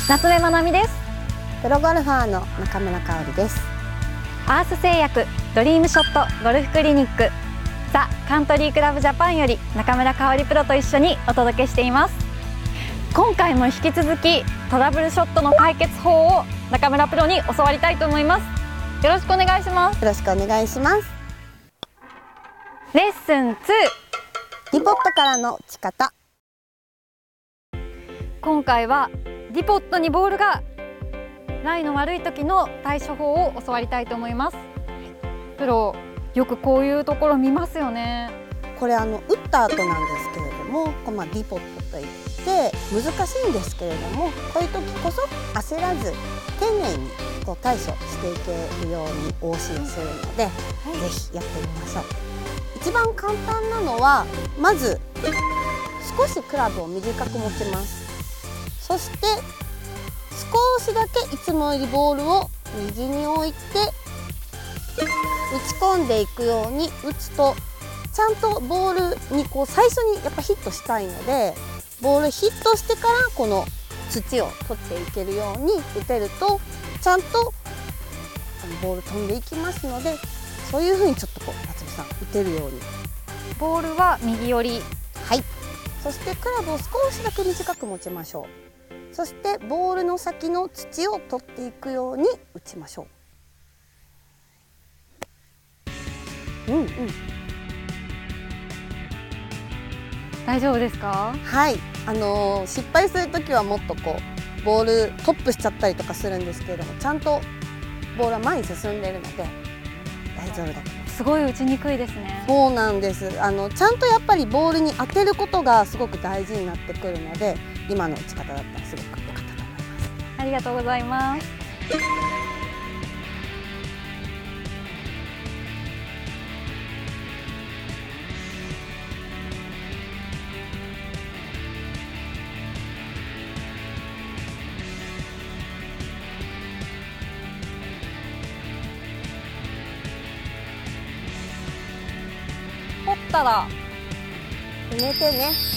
夏目まなみです。 プロゴルファーの中村香織です。 アース製薬ドリームショットゴルフクリニックザ・カントリークラブジャパンより中村香織プロと一緒にお届けしています。今回も引き続きトラブルショットの解決法を中村プロに教わりたいと思います。よろしくお願いします。 よろしくお願いします。 レッスン2、 ディポットからの打ち方。 今回はディポットにボールがライの悪い時の対処法を教わりたいと思います。プロ、よくこういうところ見ますよね。 これ打った後なんですけれども、ディポットといって難しいんですけれども、こういう時こそ焦らず丁寧に対処していけるようにお教えするので、ぜひやってみましょう。一番簡単なのは、まず少しクラブを短く持ちます。そして少しだけいつもよりボールを右に置いて打ち込んでいくように打つと、ちゃんとボールに最初にやっぱヒットしたいので、ボールヒットしてからこの土を取っていけるように打てると、ちゃんとボール飛んでいきますので、そういう風にちょっと夏目さん打てるように。 ボールは右寄り。 はい。そしてクラブを少しだけ短く持ちましょう。そしてボールの先の土を取っていくように打ちましょう。 大丈夫ですか？ はい。失敗するときはもっとボールトップしちゃったりとかするんですけれども、ちゃんとボールは前に進んでいるので大丈夫だと思います。 すごい打ちにくいですね。 そうなんです。ちゃんとやっぱりボールに当てることがすごく大事になってくるので、今の打ち方だったらすごく良かったと思います。 ありがとうございます。取ったら止めてね。